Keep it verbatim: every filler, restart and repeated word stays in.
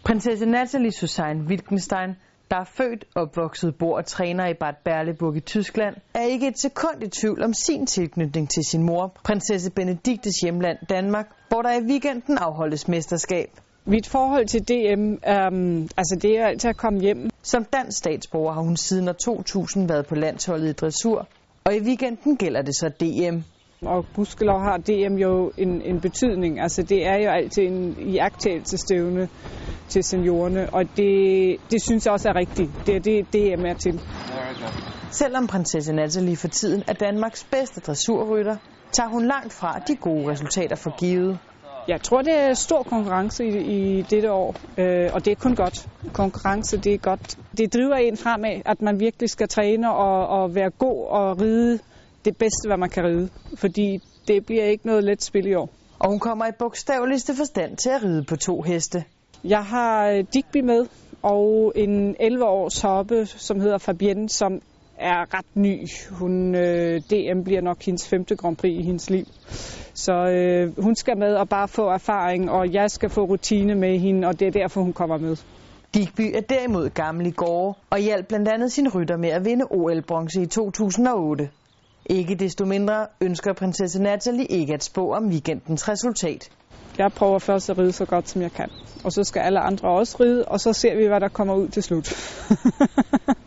Prinsesse Nathalie Susanne Wittgenstein, der er født, opvokset, bor og træner i Bad Berleburg i Tyskland, er ikke et sekund i tvivl om sin tilknytning til sin mor, prinsesse Benediktes hjemland Danmark, hvor der i weekenden afholdes mesterskab. Mit forhold til D M, øhm, altså det er altid at komme hjem. Som dansk statsborger har hun siden år to tusind været på landsholdet i dressur, og i weekenden gælder det så D M. Og gudskelov har D M jo en, en betydning. Altså det er jo altid en iagttagelsesstævne til seniorerne, og det, det synes jeg også er rigtigt. Det er det, D M er til. Selvom prinsesse Nathalie for tiden er Danmarks bedste dressurrytter, tager hun langt fra de gode resultater for givet. Jeg tror, det er stor konkurrence i, i dette år, øh, og det er kun godt. Konkurrence, det er godt. Det driver en fremad, at man virkelig skal træne og, og være god og ride det bedste, hvad man kan ride, fordi det bliver ikke noget let spil i år. Og hun kommer i bogstaveligste forstand til at ride på to heste. Jeg har Digby med, og en elleve års hoppe, som hedder Fabienne, som er ret ny. Hun, øh, D M bliver nok hendes femte Grand Prix i hendes liv. Så øh, hun skal med og bare få erfaring, og jeg skal få rutine med hende, og det er derfor, hun kommer med. Digby er derimod gammel i gårde, og hjalp blandt andet sin rytter med at vinde O L-bronze i to tusind og otte. Ikke desto mindre ønsker prinsesse Nathalie ikke at spå om weekendens resultat. Jeg prøver først at ride så godt, som jeg kan. Og så skal alle andre også ride, og så ser vi, hvad der kommer ud til slut.